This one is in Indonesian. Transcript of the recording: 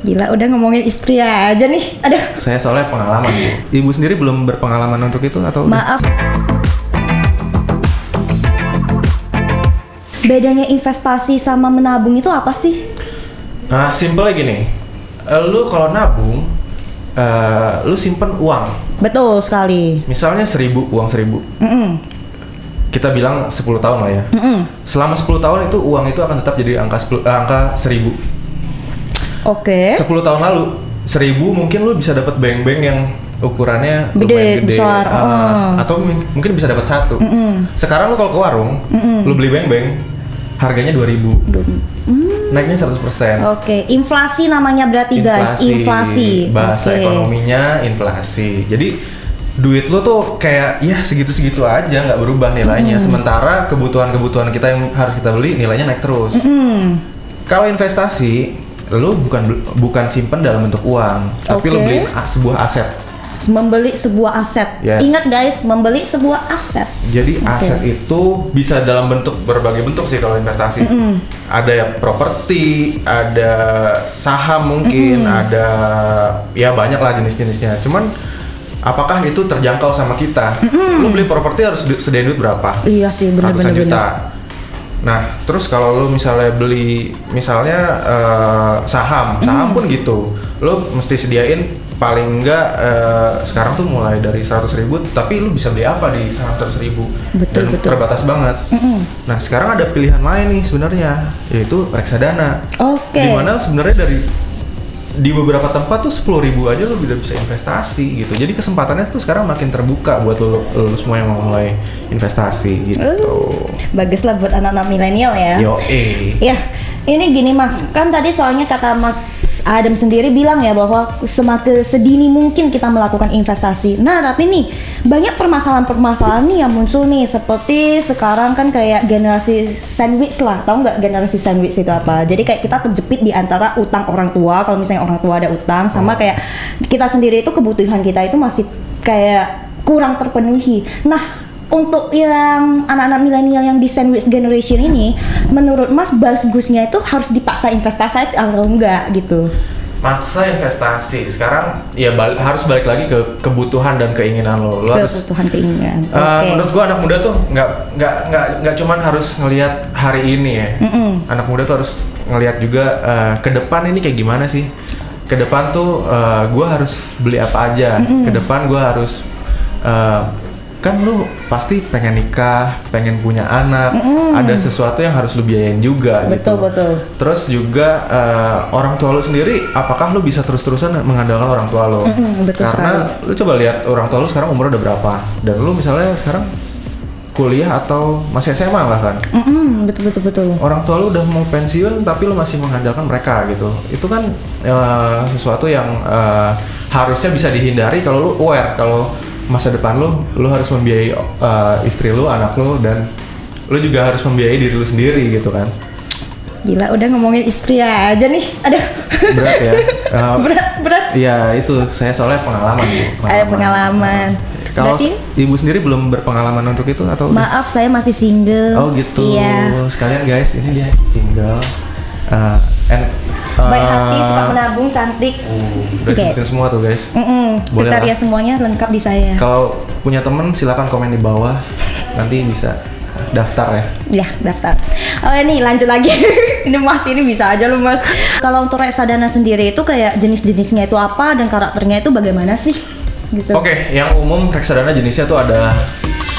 Gila, udah ngomongin istri aja nih. Aduh. Saya soalnya pengalaman. Ibu sendiri belum berpengalaman untuk itu atau? Maaf. Bedanya investasi sama menabung itu apa sih? Nah, simpelnya gini. Lu kalau nabung, lu simpen uang. Betul sekali. Misalnya 1.000, uang 1.000. Kita bilang 10 tahun lah ya. Selama 10 tahun itu uang itu akan tetap jadi angka 1.000. Oke. 10 tahun lalu 1.000 mungkin lu bisa dapat bank-bank yang ukurannya Gede, besar. Atau mungkin bisa dapat 1. Sekarang lu kalau ke warung, lu beli bank-bank harganya 2.000. Naiknya 100%. Oke, inflasi namanya berarti guys, inflasi. Bahasa ekonominya inflasi. Jadi duit lo tuh kayak ya segitu-segitu aja, nggak berubah nilainya. Sementara kebutuhan-kebutuhan kita yang harus kita beli nilainya naik terus. Kalau investasi, lo bukan simpen dalam bentuk uang, tapi lo beli sebuah aset. Membeli sebuah aset. Yes. Ingat guys, membeli sebuah aset. Jadi aset itu bisa dalam berbagai bentuk sih kalau investasi. Ada ya properti, ada saham mungkin, ada ya banyak lah jenis-jenisnya. Cuman apakah itu terjangkau sama kita? Lu beli properti harus sediain duit berapa? Iya sih, ratusan bener-bener. juta. Nah, terus kalau lu misalnya beli saham pun gitu. Lu mesti sediain paling enggak sekarang tuh mulai dari 100.000, tapi lu bisa beli apa di saham 100.000? Betul. Terbatas banget. Nah, sekarang ada pilihan lain nih sebenarnya, yaitu reksadana. Dimana sebenarnya di beberapa tempat tuh 10.000 aja lo bisa investasi gitu. Jadi kesempatannya tuh sekarang makin terbuka buat lo semua yang mau mulai investasi gitu. Bagus lah buat anak-anak milenial ya. Ya, ini gini Mas, kan tadi soalnya kata Mas Adam sendiri bilang ya bahwa semakin sedini mungkin kita melakukan investasi. Nah, tapi nih banyak permasalahan-permasalahan nih yang muncul nih, seperti sekarang kan kayak generasi sandwich lah. Tahu nggak generasi sandwich itu apa? Jadi kayak kita terjepit di antara utang orang tua, kalau misalnya orang tua ada utang, sama kayak kita sendiri itu kebutuhan kita itu masih kayak kurang terpenuhi. Nah, untuk yang anak-anak milenial yang di sandwich generation ini, menurut Mas bagusnya itu harus dipaksa investasi atau enggak gitu? Maksa investasi sekarang ya harus balik lagi ke kebutuhan dan keinginan lo. Kebutuhan keinginan. Menurut gua anak muda tuh nggak cuman harus ngelihat hari ini ya. Anak muda tuh harus ngelihat juga ke depan ini kayak gimana sih. Ke depan tuh gua harus beli apa aja. Ke depan gua harus kan lu pasti pengen nikah, pengen punya anak, ada sesuatu yang harus lu biayain juga. Betul. Terus juga orang tua lu sendiri, apakah lu bisa terus-terusan mengandalkan orang tua lu? Karena lu coba lihat orang tua lu sekarang umurnya udah berapa, dan lu misalnya sekarang kuliah atau masih SMA lah kan? Betul. Orang tua lu udah mau pensiun, tapi lu masih mengandalkan mereka gitu. Itu kan sesuatu yang harusnya bisa dihindari kalau lu aware kalau masa depan lu harus membiayai istri lu, anak lu, dan lu juga harus membiayai diri lu sendiri gitu kan. Gila, udah ngomongin istri aja nih. Aduh. Berat ya. Berat. Ya itu saya soalnya pengalaman. Ada pengalaman. Kalau ibu sendiri belum berpengalaman untuk itu atau? Maaf, saya masih single. Oh gitu. Iya. Sekalian guys, ini dia single. Baik hati, suka menabung, cantik. Udah sebutin semua tuh guys. Kriteria semuanya lengkap di saya. Kalau punya temen silakan komen di bawah. Nanti bisa daftar ya. Ya, daftar. Oh ini lanjut lagi. Ini Mas, ini bisa aja lu Mas. Kalau untuk reksadana sendiri itu kayak jenis-jenisnya itu apa dan karakternya itu bagaimana sih? Gitu. Oke, yang umum reksadana jenisnya tuh ada